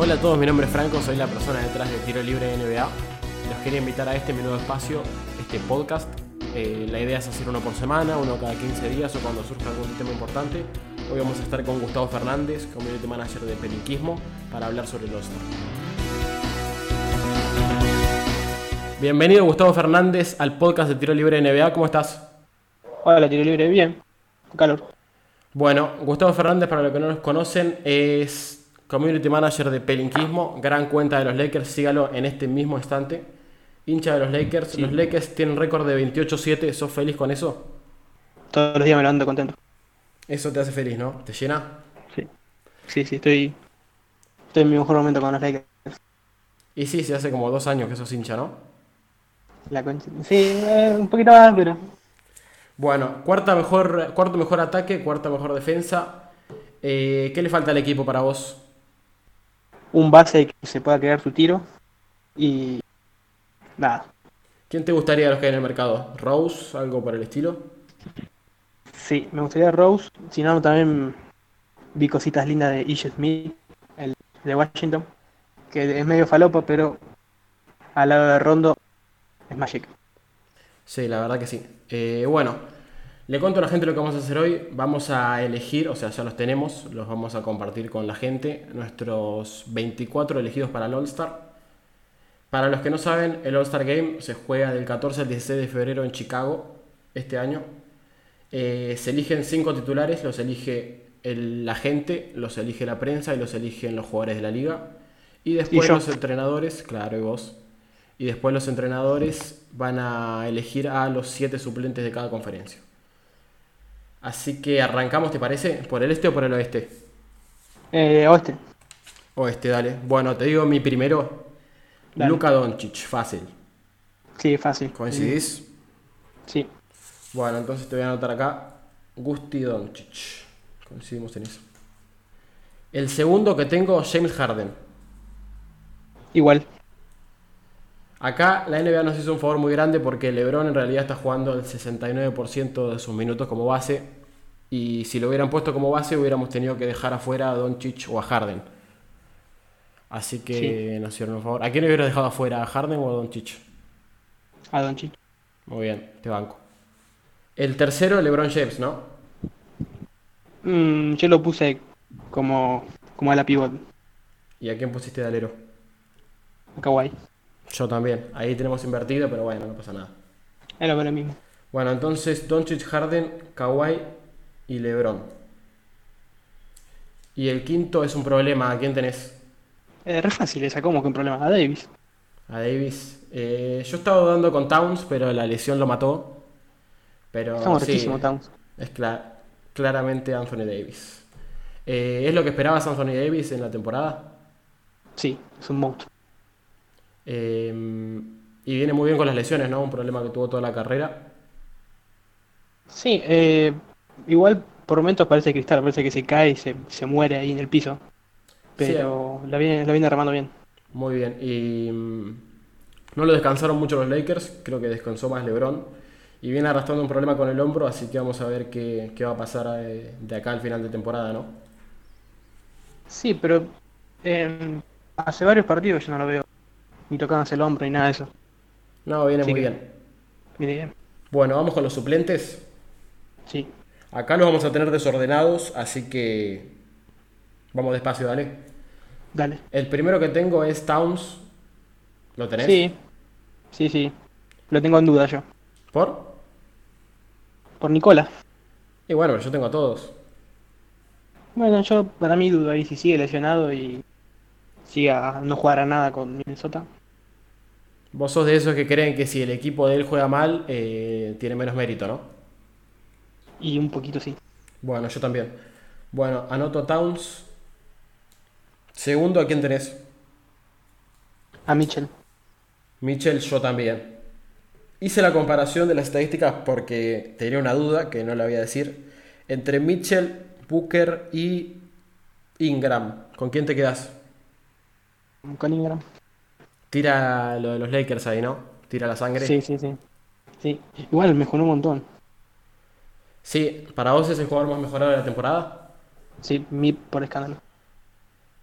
Hola a todos, mi nombre es Franco, soy la persona detrás de Tiro Libre NBA. Los quería invitar a este mi nuevo espacio, este podcast. La idea es hacer uno por semana, uno cada 15 días o cuando surja algún tema importante. Hoy vamos a estar con Gustavo Fernández, Community Manager de Pelinquismo, para hablar sobre el All-Star. Bienvenido Gustavo Fernández al podcast de Tiro Libre NBA, ¿cómo estás? Hola, tiro libre, bien, con calor. Bueno, Gustavo Fernández, para los que no nos conocen, es Community Manager de Pelinquismo, gran cuenta de los Lakers, sígalo en este mismo instante. Hincha de los Lakers, los Sí, Lakers tienen récord de 28-7, ¿sos feliz con eso? todos los días me levanto contento. Eso te hace feliz, ¿no? ¿Te llena? Sí, sí, estoy en mi mejor momento con los Lakers. Y sí, se hace como 2 años que sos hincha, ¿no? La concha. Sí, un poquito más, pero Bueno, cuarto mejor ataque, cuarta mejor defensa. ¿Qué le falta al equipo para vos? un base que se pueda quedar su tiro y nada. ¿Quién te gustaría de los que hay en el mercado? ¿Rose? ¿Algo por el estilo? Sí, me gustaría Rose, si no también vi cositas lindas de Ish Smith, el de Washington, que es medio falopa, pero al lado de Rondo es Magic. Sí, la verdad que sí. Bueno, le cuento a la gente lo que vamos a hacer hoy. Vamos a elegir, o sea, ya los tenemos, los vamos a compartir con la gente, nuestros 24 elegidos para el All-Star. Para los que no saben, el All-Star Game se juega del 14 al 16 de febrero en Chicago este año. Se eligen 5 titulares, los elige la gente, los elige la prensa y los eligen los jugadores de la liga. Y Y después yo, los entrenadores, claro, y vos. Y después los entrenadores van a elegir a los 7 suplentes de cada conferencia. Así que arrancamos, ¿te parece? ¿Por el este o por el oeste? Oeste, Oeste, dale. Bueno, te digo mi primero. dale. Luka Doncic, fácil. Sí, fácil. ¿Coincidís? Sí, Bueno, entonces te voy a anotar acá. Gusti Doncic. Coincidimos en eso. El segundo que tengo, James Harden. igual. Acá la NBA nos hizo un favor muy grande porque LeBron en realidad está jugando el 69% de sus minutos como base. Y si lo hubieran puesto como base, hubiéramos tenido que dejar afuera a Doncic o a Harden. Así Sí, que nos hicieron un favor. ¿A quién hubiera dejado afuera? ¿A Harden o a Doncic? a Doncic. Muy bien, te banco. El tercero, LeBron James, ¿no? Yo lo puse como, como a la pivot, ¿Y a quién pusiste de alero? a Kawhi. Yo también. Ahí tenemos invertido, pero bueno, no pasa nada. Era lo mismo. Bueno, entonces Doncic, Harden, Kawhi y LeBron. Y el quinto es un problema. ¿A quién tenés? Re fácil esa, ¿cómo que un problema? A Davis. A Davis. Yo estaba dando con Towns, pero la lesión lo mató. Pero Estamos sí, rotísimos, Towns. es claramente Anthony Davis. ¿Es lo que esperabas Anthony Davis en la temporada? Sí, es un monstruo. Y viene muy bien con las lesiones, ¿no? Un problema que tuvo toda la carrera. Sí, igual por momentos parece cristal, parece que se cae y se muere ahí en el piso. Sí, Pero la viene armando bien. muy bien. Y no lo descansaron mucho los Lakers, creo que descansó más LeBron. Y viene arrastrando un problema con el hombro, así que vamos a ver qué va a pasar de acá al final de temporada, ¿no? Sí, pero hace varios partidos yo no lo veo ni tocándose el hombro ni nada de eso. No, viene Así muy que, bien. viene bien. Bueno, vamos con los suplentes. Sí, Acá los vamos a tener desordenados, así que vamos despacio, dale. dale. El primero que tengo es Towns. ¿Lo tenés? Sí, sí. Lo tengo en duda yo. ¿Por? Por Nicola. Y bueno, yo tengo a todos. Bueno, yo para mí dudo ahí si sigue lesionado y siga no jugar a nada con Minnesota. Vos sos de esos que creen que si el equipo de él juega mal, tiene menos mérito, ¿no? Y un poquito sí. Bueno, yo también. Bueno, anoto a Towns. Segundo, ¿a quién tenés? A Mitchell. Mitchell, yo también. Hice la comparación de las estadísticas porque tenía una duda, que no la voy a decir, entre Mitchell, Booker y Ingram. ¿Con quién te quedas? Con Ingram. Tira lo de los Lakers ahí, ¿no? Tira la Sí, sangre. sí, sí. Sí. Igual mejoró un montón. Sí, para vos es el jugador más mejorado de la temporada. Sí, mi por escándalo.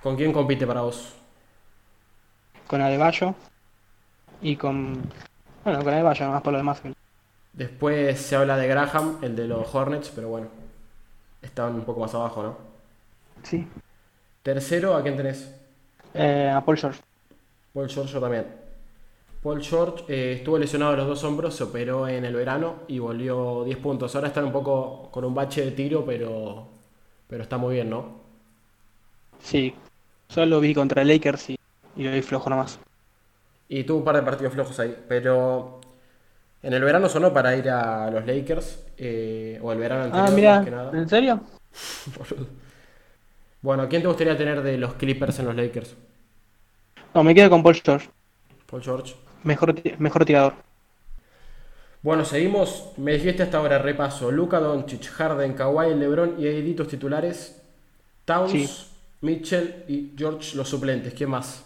¿Con quién compite para vos? Con Adebayo y con. Bueno, con Adebayo, nomás por lo demás. Después se habla de Graham, el de los Hornets, pero bueno, están un poco más abajo, ¿no? Sí. Tercero, ¿a quién tenés? A Paul George. Paul George yo también. Paul George estuvo lesionado de los dos hombros, se operó en el verano y volvió 10 puntos. Ahora está un poco con un bache de tiro, pero está muy bien, ¿no? Sí. Solo vi contra Lakers y lo vi flojo nomás. Y tuvo un par de partidos flojos ahí, pero en el verano sonó para ir a los Lakers, o el verano Ah, anterior más mira, que nada. ¿en serio? Boludo. Bueno, ¿quién te gustaría tener de los Clippers en los Lakers? No, me quedo con Paul George. Paul George. Mejor tirador. Bueno, seguimos. Me dijiste hasta ahora, repaso. Luka Doncic, Harden, Kawhi, LeBron y Editos tus titulares. Sí. Towns, Mitchell y George los suplentes. ¿Quién más?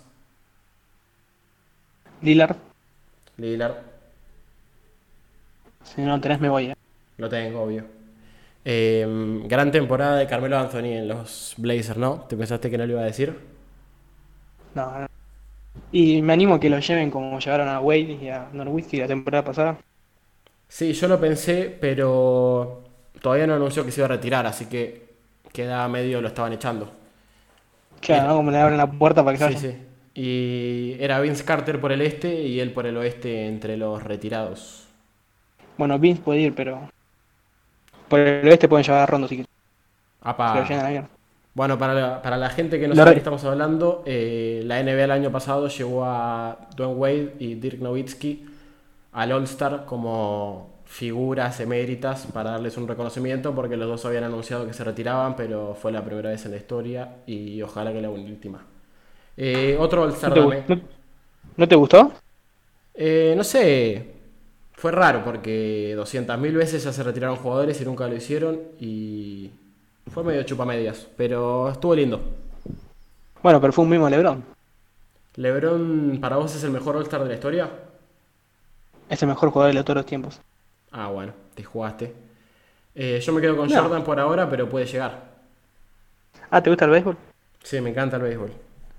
Lillard. Lillard. Si no lo tenés, me voy. Lo tengo, obvio. Gran temporada de Carmelo Anthony en los Blazers, ¿no? ¿Te pensaste que no lo iba a decir? No, no. Y me animo a que lo lleven como llevaron a Wade y a Nowitzki la temporada pasada. Sí, yo lo pensé, pero todavía no anunció que se iba a retirar, así que queda medio lo estaban echando. Claro, Era, ¿no? Como le abren la puerta para que se sí, vayan. sí. Y era Vince Carter por el este y él por el oeste entre los retirados. Bueno, Vince puede ir, pero por el oeste pueden llevar a Rondo si se lo llenan Apa. a bien. Bueno, para la gente que no Lo sabe de qué re- estamos hablando, la NBA el año pasado llevó a Dwayne Wade y Dirk Nowitzki al All-Star como figuras eméritas para darles un reconocimiento porque los dos habían anunciado que se retiraban, pero fue la primera vez en la historia y ojalá que la última. Otro ¿No All-Star te, dame. no te gustó? No sé, fue raro porque 200.000 veces ya se retiraron jugadores y nunca lo hicieron y fue medio chupamedias, pero estuvo lindo. Bueno, pero fue un mismo LeBron. ¿LeBron para vos es el mejor All-Star de la historia? Es el mejor jugador de todos los tiempos. Ah, bueno, te jugaste. Yo me quedo con No. Jordan por ahora, pero puede llegar. Ah, ¿te gusta el béisbol? Sí, me encanta el béisbol.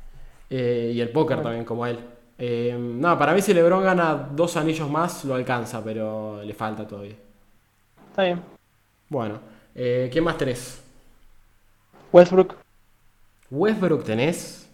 Y el póker Bueno, también, como él. No, para mí si LeBron gana 2 anillos más, lo alcanza, pero le falta todavía. está bien. Bueno, ¿quién más tenés? Westbrook, Westbrook tenés.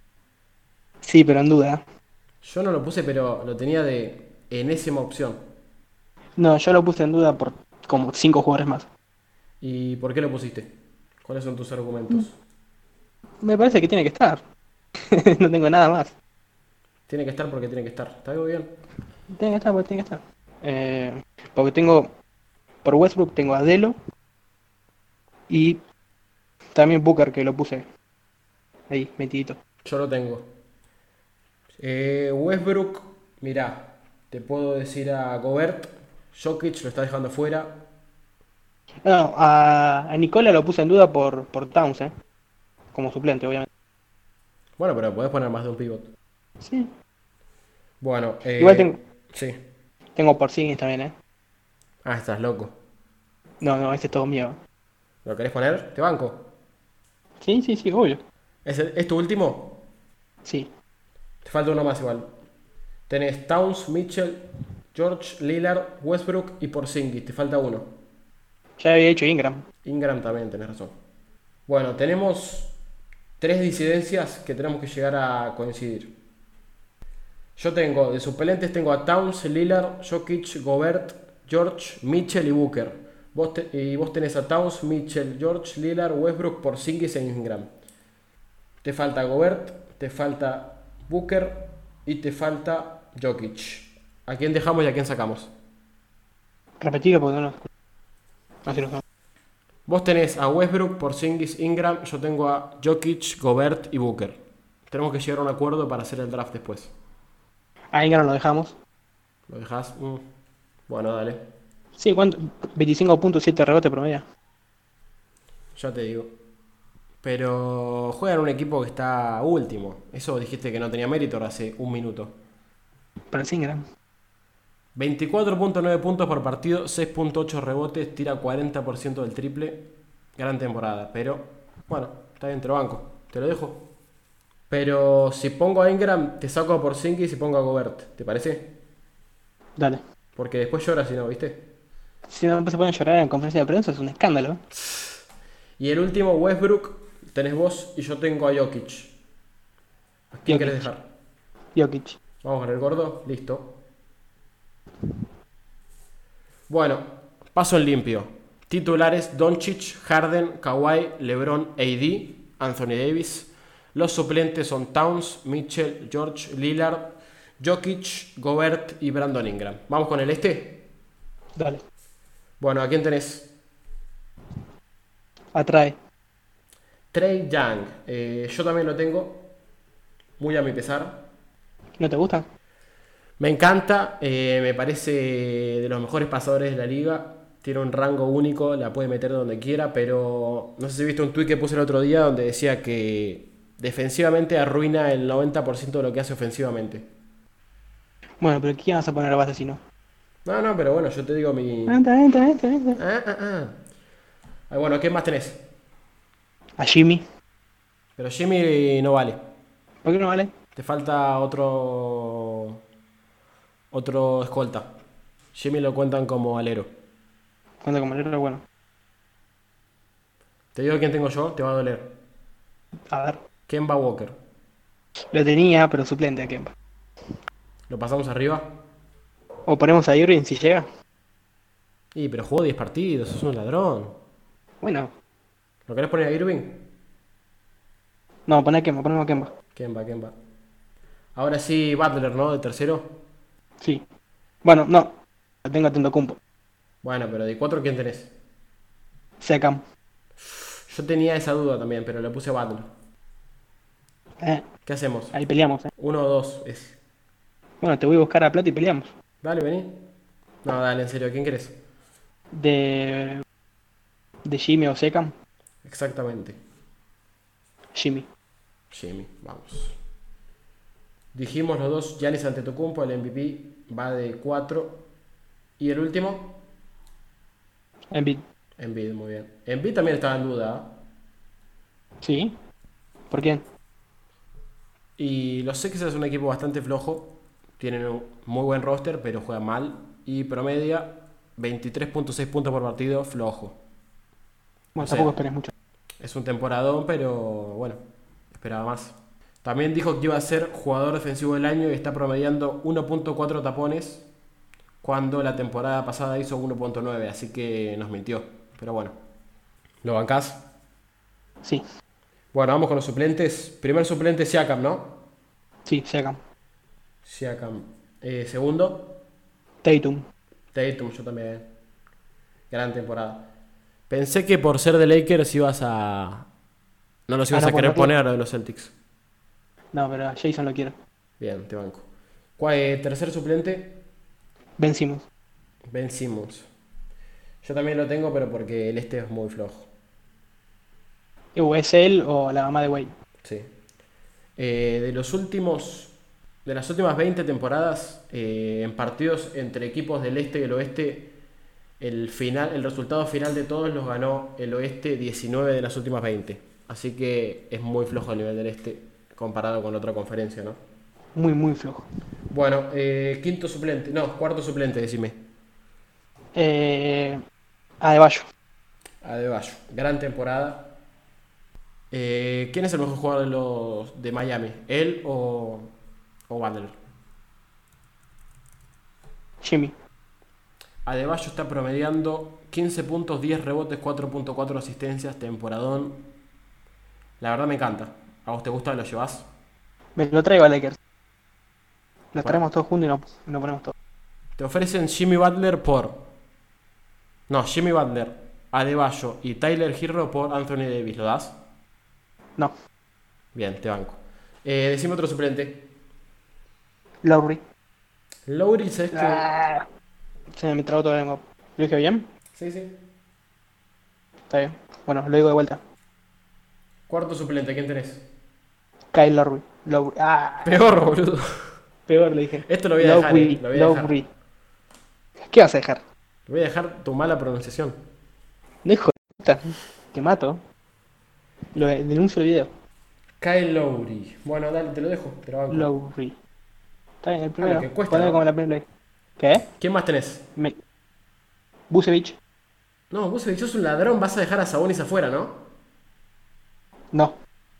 sí, pero en duda. Yo no lo puse, pero lo tenía de enésima opción. No, yo lo puse en duda por como 5 jugadores más. ¿Y por qué lo pusiste? ¿Cuáles son tus argumentos? Me parece que tiene que estar. No tengo nada más. Tiene que estar porque tiene que estar. ¿Está algo bien? Tiene que estar porque tiene que estar. Porque por Westbrook tengo a Delo y también Booker que lo puse ahí, metidito. Yo lo tengo. Westbrook, mirá, te puedo decir a Gobert. Jokic lo está dejando fuera. No, a Nicola lo puse en duda por Towns, como suplente, obviamente. Bueno, pero podés poner más de un pivot. Sí. Bueno, Igual sí. tengo Porzingis también, Ah, estás loco. No, no, ese es todo mío. ¿Lo querés poner? Te banco. Sí, sí, sí, obvio. ¿Es tu último? Sí. Te falta uno más igual. Tenés Towns, Mitchell, George, Lillard, Westbrook y Porzingis. Te falta uno. Ya había hecho Ingram. Ingram también, tenés razón. Bueno, tenemos 3 disidencias que tenemos que llegar a coincidir. Yo tengo, de suplentes tengo a Towns, Lillard, Jokic, Gobert, George, Mitchell y Booker. Vos tenés a Towns, Mitchell, George, Lillard, Westbrook, Porzingis e Ingram. Te falta Gobert, te falta Booker y te falta Jokic. ¿A quién dejamos y a quién sacamos? Repetido porque no lo escucho. Así lo sabemos. Vos tenés a Westbrook, Porzingis, Ingram. Yo tengo a Jokic, Gobert y Booker. Tenemos que llegar a un acuerdo para hacer el draft después. A Ingram lo dejamos. ¿Lo dejás? Bueno, dale. Sí, ¿cuánto? 25.7 rebote promedio. Ya te digo. Pero juega en un equipo que está último. Eso dijiste que no tenía mérito hace un minuto. Para el Ingram. 24.9 puntos por partido, 6.8 rebotes, tira 40% del triple. Gran temporada, pero bueno, está bien, te lo banco. Te lo dejo. Pero si pongo a Ingram, te saco a Porzingis y pongo a Gobert. ¿Te parece? Dale. Porque después llora si no, ¿viste? Si no se ponen a llorar en conferencia de prensa es un escándalo. Y el último, Westbrook, tenés vos y yo tengo a Jokic. ¿A quién querés Jokic. dejar? Jokic. Vamos con el gordo, listo. Bueno, paso en limpio. Titulares: Doncic, Harden, Kawhi, LeBron, AD, Anthony Davis. Los suplentes son Towns, Mitchell, George, Lillard, Jokic, Gobert y Brandon Ingram. Vamos con el este. Dale. Bueno, ¿a quién tenés? Atrae. Trey Young. Yo también lo tengo, muy a mi pesar. ¿No te gusta? Me encanta, me parece de los mejores pasadores de la liga. Tiene un rango único, la puede meter donde quiera, pero no sé si viste un tweet que puse el otro día donde decía que defensivamente arruina el 90% de lo que hace ofensivamente. Bueno, pero ¿quién vas a poner a base si no? No, pero bueno, yo te digo mi... Está bien, está bien, está bien, está bien. Ah, ah, ah. Bueno, ¿qué más tenés? A Jimmy. Pero Jimmy no vale. ¿Por qué no vale? Te falta otro escolta. Jimmy lo cuentan como alero. Cuenta como era bueno. Te digo quién tengo yo, te va a doler. A ver. Kemba Walker. Lo tenía, pero suplente a Kemba. ¿Lo pasamos arriba? O ponemos a Irving si llega. Y pero jugó 10 partidos, sos un ladrón. Bueno. ¿Lo querés poner a Irving? No, poné a Kemba, ponemos a Kemba. Kemba. Ahora sí, Butler, ¿no? De tercero. Sí. Bueno, no. Lo tengo atento a Kumpo. Bueno, pero de 4, ¿quién tenés? Secam. Yo tenía esa duda también, pero le puse a Butler. ¿Qué hacemos? Ahí peleamos, 1 o 2 es. Bueno, te voy a buscar a Plata y peleamos. Dale, vení. No, dale, en serio, ¿quién querés? De. De Jimmy o Secam. Exactamente. Jimmy. Jimmy, vamos. Dijimos los dos, Giannis Antetokounmpo, el MVP, va de 4. ¿Y el último? Embiid. Embiid, muy bien. Embiid también estaba en duda. Sí. ¿Por quién? Y los Sixers es un equipo bastante flojo. Tienen un muy buen roster, pero juegan mal. Y promedia 23.6 puntos por partido, flojo. Bueno, O sea, tampoco esperes mucho. es un temporadón, pero bueno, esperaba más. También dijo que iba a ser jugador defensivo del año y está promediando 1.4 tapones cuando la temporada pasada hizo 1.9, así que nos mintió. Pero bueno, ¿lo bancás? Sí. Bueno, vamos con los suplentes. Primer suplente, Siakam, ¿no? Sí, Secam. Siakam. Segundo, Tatum. Tatum, yo también. Gran temporada. Pensé que por ser de Lakers no los ibas no a querer ponerlo. poner a los de los Celtics. No, pero a Jason lo quiero. Bien, te banco. Tercer suplente, Vencimos. Ben Simmons. Yo también lo tengo, pero porque el este es muy flojo. O es él o la mamá de Wade. Sí. De las últimas 20 temporadas, en partidos entre equipos del este y el oeste, el resultado final de todos los ganó el oeste 19 de las últimas 20. Así que es muy flojo el nivel del este comparado con otra conferencia, ¿no? Muy, muy flojo. Bueno, cuarto suplente, decime. Adebayo. Adebayo, gran temporada. ¿Quién es el mejor jugador de Miami? ¿Él o Butler? Jimmy. Adebayo está promediando 15 puntos, 10 rebotes, 4.4 asistencias, temporadón. La verdad me encanta. ¿A vos te gusta? ¿Lo llevas? Me lo traigo a Lakers. Los Bueno, traemos todos juntos y nos ponemos todos. te ofrecen Jimmy Butler Jimmy Butler, Adebayo y Tyler Hero por Anthony Davis. ¿Lo das? No. Bien, te banco. Decime otro suplente. Lowry. Lowry, ¿sabes qué? Se me trabó todo la lengua. ¿Lo dije bien? Sí, sí. Está bien. Bueno, lo digo de vuelta. Cuarto suplente, ¿quién tenés? Kyle Lowry. Lowry. Peor, boludo. Peor le dije. Esto lo voy a dejar, Lowry. lo voy a dejar. Lowry. ¿Qué vas a dejar? Voy a dejar tu mala pronunciación. No, hijo de puta. Te mato. Lo denuncio el video. Kyle Lowry. Bueno, dale, te lo dejo, te lo banco. Lowry. Está bien, el Ah, lo primero. que cuesta, Ponelo ¿no? como la primera. ¿Qué? ¿Quién más tenés? Me... Busevich. No, vos sos un ladrón, vas a dejar a Sabonis afuera, ¿no? No.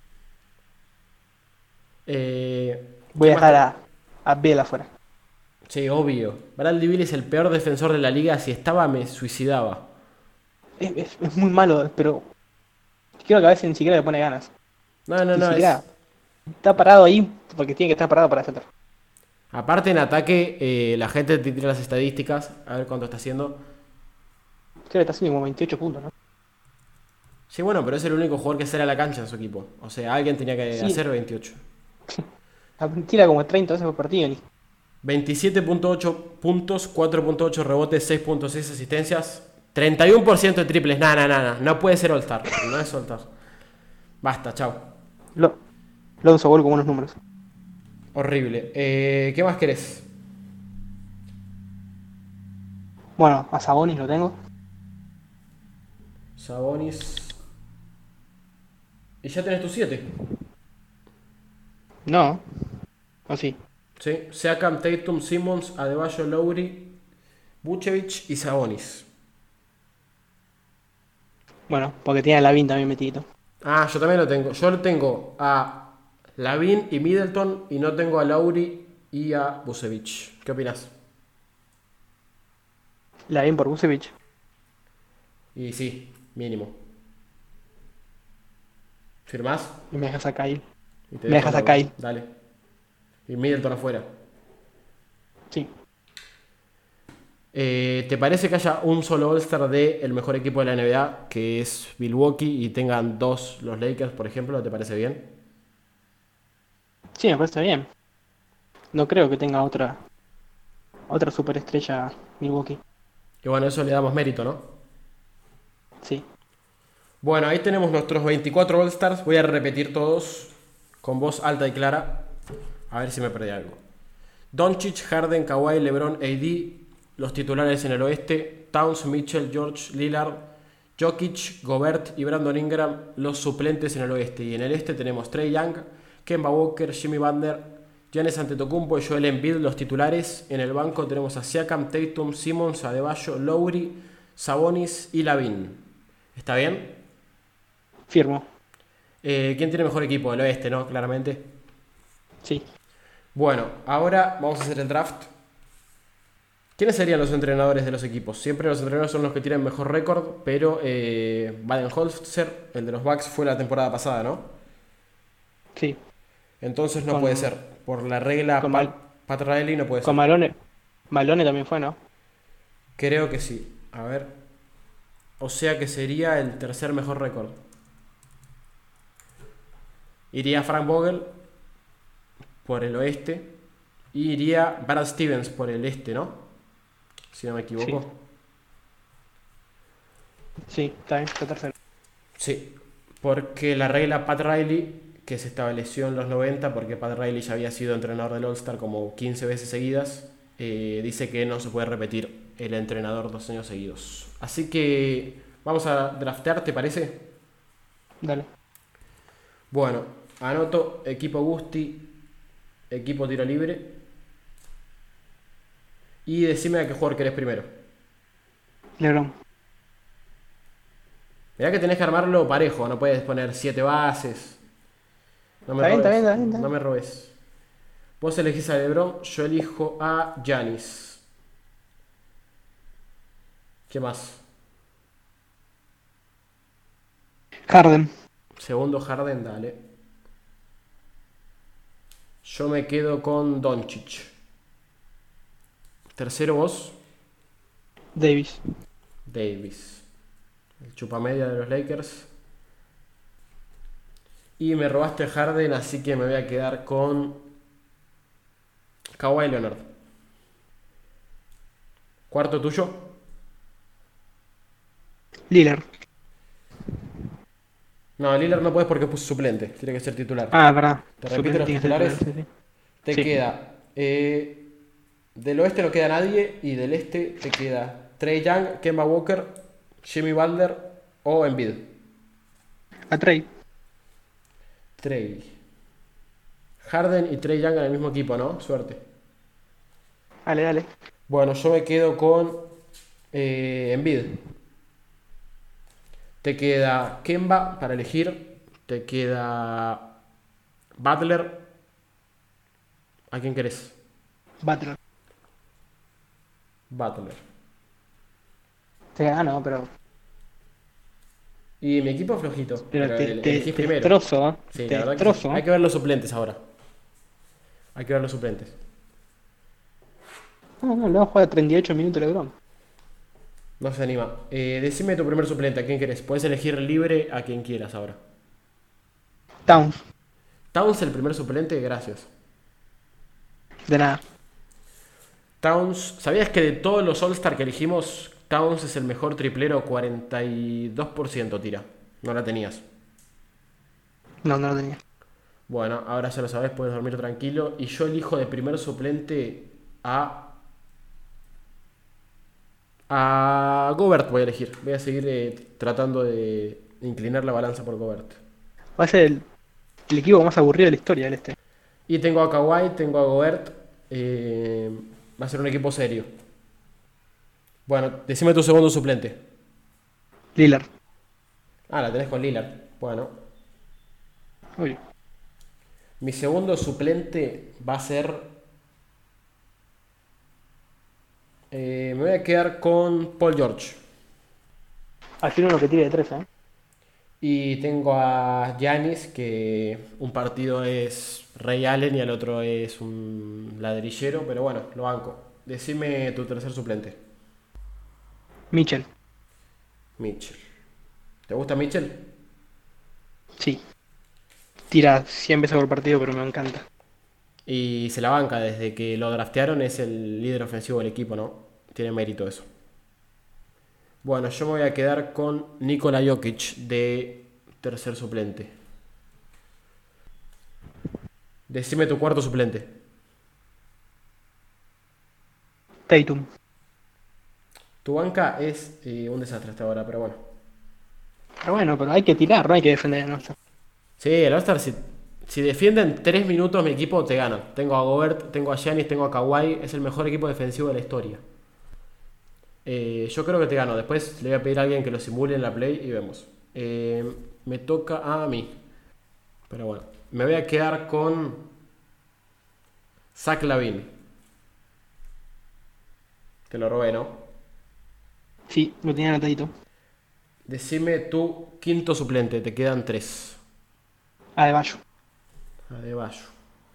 ¿Qué Voy a más dejar tenés? a Biel afuera. Sí, obvio. Bradley Beal es el peor defensor de la liga. Si estaba, me suicidaba. Es muy malo, pero creo que a veces ni siquiera le pone ganas. No, no, Ni no, es. siquiera está parado ahí porque tiene que estar parado para defender. Aparte en ataque, la gente te tira las estadísticas, a ver cuánto está haciendo. Creo que está haciendo como 28 puntos, ¿no? Sí, bueno, pero es el único jugador que sale a la cancha en su equipo. O sea, alguien tenía que Sí, hacer 28. tira como 30 veces por partido. 27.8 puntos, 4.8 rebotes, 6.6 asistencias, 31% de triples. Nada, nada, nada. No puede ser All-Star. No es All-Star. Basta, chao. Lo, Lonzo Ball con unos números. Horrible. ¿Qué más querés? Bueno, a Sabonis lo tengo. Sabonis. Y ya tenés tus 7. No, o sí. ¿Sí? Siakam, Tatum, Simmons, Adebayo, Lowry, Vucevic y Sabonis. Bueno, porque tiene a Lavin también metido. Ah, yo también lo tengo. Yo lo tengo a Lavin y Middleton y no tengo a Lowry y a Vucevic. ¿Qué opinas? Lavin por Busevich. Y sí, mínimo. ¿Firmás? Y me dejas a Kyle. Y te Me dejo a dejas a Lowry. Kyle. Dale. Y Middleton afuera. Sí. ¿Te parece que haya un solo All-Star del mejor equipo de la NBA, que es Milwaukee, y tengan dos los Lakers, por ejemplo? ¿Te parece bien? Sí, me parece bien. No creo que tenga otra superestrella Milwaukee. Y bueno, eso le damos mérito, ¿no? Sí. Bueno, ahí tenemos nuestros 24 All-Stars. Voy a repetir todos con voz alta y clara. A ver si me perdí algo. Doncic, Harden, Kawhi, LeBron, AD. Los titulares en el oeste. Towns, Mitchell, George, Lillard, Jokic, Gobert y Brandon Ingram. Los suplentes en el oeste. Y en el este tenemos Trae Young, Kemba Walker, Jimmy Butler, Giannis Antetokounmpo y Joel Embiid. Los titulares. En el banco tenemos a Siakam, Tatum, Simmons, Adebayo, Lowry, Sabonis y Lavin. ¿Está bien? Firmo. ¿Quién tiene mejor equipo? El oeste, ¿no? Claramente. Sí. Bueno, ahora vamos a hacer el draft. ¿Quiénes serían los entrenadores de los equipos? Siempre los entrenadores son los que tienen mejor récord, pero Baden-Holzer, el de los Bucks, fue la temporada pasada, ¿no? Sí. Entonces no Con, puede ser. Por la regla con, Mal- Pat Riley no puede con ser. Malone. Malone también fue, ¿no? Creo que sí. A ver. O sea que sería el tercer mejor récord. Iría Frank Vogel por el oeste. Y iría Brad Stevens por el este, ¿no? Si no me Sí. equivoco. Sí, está bien, está tercero. Sí, porque la regla Pat Riley, que se estableció en los 90, porque Pat Riley ya había sido entrenador del All-Star como 15 veces seguidas, dice que no se puede repetir el entrenador 2 años seguidos. Así que vamos a draftear, ¿te parece? Dale. Bueno, anoto equipo Gusti, equipo tiro libre. Y decime a qué jugador querés primero. LeBron. Mirá que tenés que armarlo parejo, no puedes poner 7 bases. No me Está bien, está bien, robes, está bien, está no bien. me robes. Vos elegís a LeBron, yo elijo a Giannis. ¿Qué más? Harden. Segundo Harden, dale. Yo me quedo con Doncic. Tercero vos, Davis. Davis. El chupamedia de los Lakers. Y me robaste Harden, así que me voy a quedar con Kawhi Leonard. Cuarto tuyo. Lillard. No, Lillard no puedes porque es suplente. Tiene que ser titular. Ah, verdad. Te repito Suplente los tiene que ser titulares. titular, sí, sí. Te Sí. queda. Del oeste no queda nadie. Y del este te queda Trae Young, Kemba Walker, Jimmy Butler o Embiid. A Trey. Trae. Harden y Trae Young en el mismo equipo, ¿no? Suerte. Dale, dale. Bueno, yo me quedo con Embiid. Te queda Kemba para elegir. Te queda Butler. ¿A quién querés? Butler. Butler. Te gano, pero Y mi equipo es flojito, pero elegís te primero. destrozo, ¿eh? Sí, Te la verdad que sí. destrozo, Hay ¿eh? que ver los suplentes ahora. Hay que ver los suplentes. No, no, le vamos a jugar 38 minutos de LeBron. No se anima. Decime tu primer suplente, ¿a quién querés? Puedes elegir libre a quien quieras ahora. Towns, Towns, el primer suplente, gracias. de nada. Towns, ¿sabías que de todos los All-Star que elegimos, Towns es el mejor triplero? 42% tira. No la tenías. No, no lo tenía. Bueno, ahora ya lo sabes, puedes dormir tranquilo. Y yo elijo de primer suplente a Gobert voy a elegir. Voy a seguir tratando de inclinar la balanza por Gobert. Va a ser el equipo más aburrido de la historia, el este. Y tengo a Kawhi, tengo a Gobert. Va a ser un equipo serio. Bueno, decime tu segundo suplente. Lillard. Ah, la tenés con Lillard. Bueno, Uy. mi segundo suplente va a ser... me voy a quedar con Paul George. Al fin uno que tire de 3, ¿eh? Y tengo a Giannis, que un partido es Ray Allen y el otro es un ladrillero, pero bueno, lo banco. Decime tu tercer suplente. Mitchell. Mitchell. ¿Te gusta Mitchell? Sí. Tira 100 veces por partido, pero me encanta. Y se la banca, desde que lo draftearon es el líder ofensivo del equipo, ¿no? Tiene mérito eso. Bueno, yo me voy a quedar con Nikola Jokic de tercer suplente. Decime tu cuarto suplente. Tatum. Tu banca es un desastre hasta ahora, pero bueno. Pero bueno, pero hay que tirar, no hay que defender. No sé. Sí, el All-Star, si defienden 3 minutos mi equipo, te gana. Tengo a Gobert, tengo a Giannis, tengo a Kawhi. Es el mejor equipo defensivo de la historia. Yo creo que te gano. Después le voy a pedir a alguien que lo simule en la play y vemos. Me toca a mí. Pero bueno, me voy a quedar con Zach LaVine. Te lo robé, ¿no? Sí, lo tenía anotadito. Decime tu quinto suplente. Te quedan 3. Adebayo. Adebayo.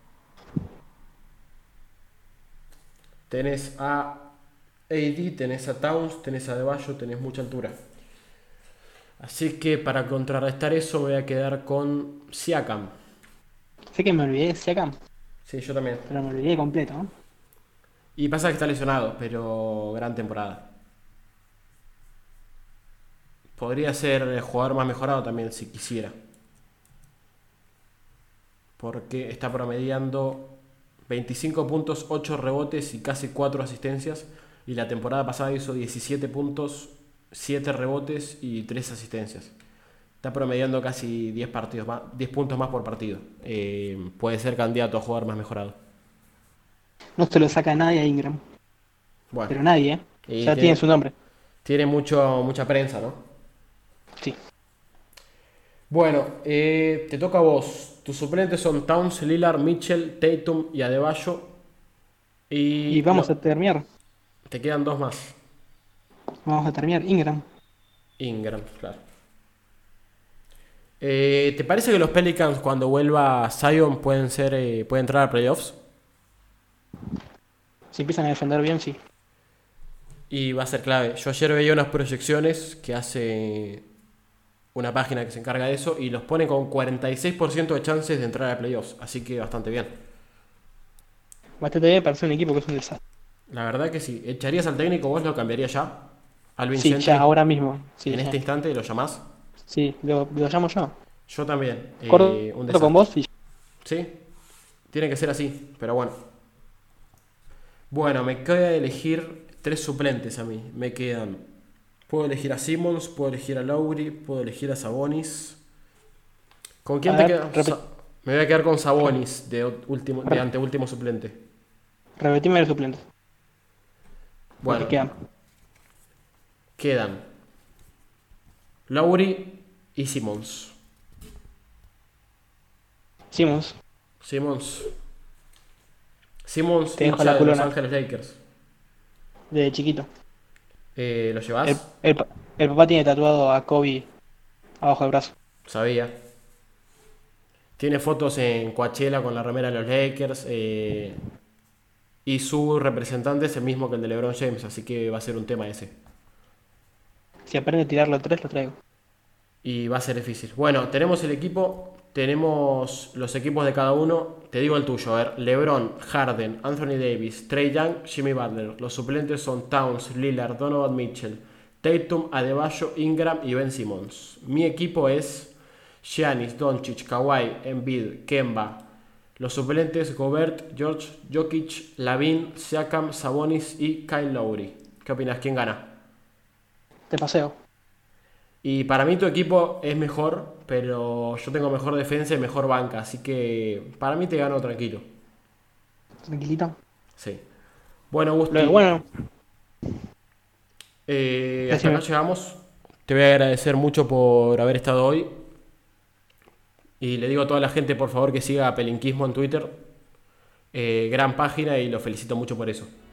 Tenés a AD, tenés a Towns, tenés a Adebayo, tenés mucha altura. Así que para contrarrestar eso me voy a quedar con Siakam. Sé que me olvidé de Siakam, Sí, yo también. pero me olvidé completo, ¿no? Y pasa que está lesionado, pero gran temporada. Podría ser el jugador más mejorado también si quisiera. Porque está promediando 25 puntos, 8 rebotes y casi 4 asistencias. Y la temporada pasada hizo 17 puntos, 7 rebotes y 3 asistencias. Está promediando casi 10 partidos más, 10 puntos más por partido. Puede ser candidato a jugador más mejorado. No se lo saca nadie a Ingram. Bueno, Pero nadie, ¿eh? y Ya tiene su nombre. tiene mucha prensa, ¿no? Sí. Bueno, te toca a vos. Tus suplentes son Towns, Lillard, Mitchell, Tatum y Adebayo. Y Y vamos a terminar. te quedan 2 más. Vamos a terminar. Ingram. Ingram, claro. ¿Te parece que los Pelicans cuando vuelva Zion pueden entrar a playoffs? Si empiezan a defender bien, sí. Y va a ser clave. Yo ayer veía unas proyecciones que hace una página que se encarga de eso y los pone con 46% de chances de entrar a playoffs. Así que bastante bien. Bastante bien para ser un equipo que es un desastre. La verdad que sí. ¿Echarías al técnico? ¿Vos lo cambiarías ya? Alvin Sí, ya, Gentry. ahora mismo. Sí, En ya. este instante lo llamás. Sí, lo llamo yo. Yo también. Corto Un con desastre. vos y Sí, tiene que ser así, pero bueno. Bueno, me queda elegir 3 suplentes a mí. Me quedan. Puedo elegir a Simmons, puedo elegir a Lowry, puedo elegir a Sabonis. ¿Con a quién te ver, quedas? Me voy a quedar con Sabonis de anteúltimo suplente. Repetime los suplentes. Porque Bueno, quedan. quedan Lowry y Simmons. Simmons, Simmons. Simmons, te dejo hincha la de Los culona. Ángeles Lakers. De chiquito. ¿Lo El, llevas? el, pa- el papá tiene tatuado a Kobe abajo del brazo. Sabía. Tiene fotos en Coachella con la remera de los Lakers. Y su representante es el mismo que el de LeBron James, así que va a ser un tema ese. Si aprende a tirarlo tres, lo traigo. Y va a ser difícil. Bueno, tenemos el equipo, tenemos los equipos de cada uno. Te digo el tuyo, a ver. LeBron, Harden, Anthony Davis, Trey Young, Jimmy Butler. Los suplentes son Towns, Lillard, Donovan Mitchell, Tatum, Adebayo, Ingram y Ben Simmons. Mi equipo es Giannis, Doncic, Kawhi, Embiid, Kemba. Los suplentes Gobert, George, Jokic, Lavin, Siakam, Sabonis y Kyle Lowry. ¿Qué opinas? ¿Quién gana? Te paseo. Y para mí tu equipo es mejor, pero yo tengo mejor defensa y mejor banca, así que para mí te gano tranquilo. Tranquilito. Sí. Bueno, Gusti, Bueno, hasta acá decime. llegamos. Te voy a agradecer mucho por haber estado hoy. Y le digo a toda la gente, por favor, que siga a Pelinquismo en Twitter. Gran página y lo felicito mucho por eso.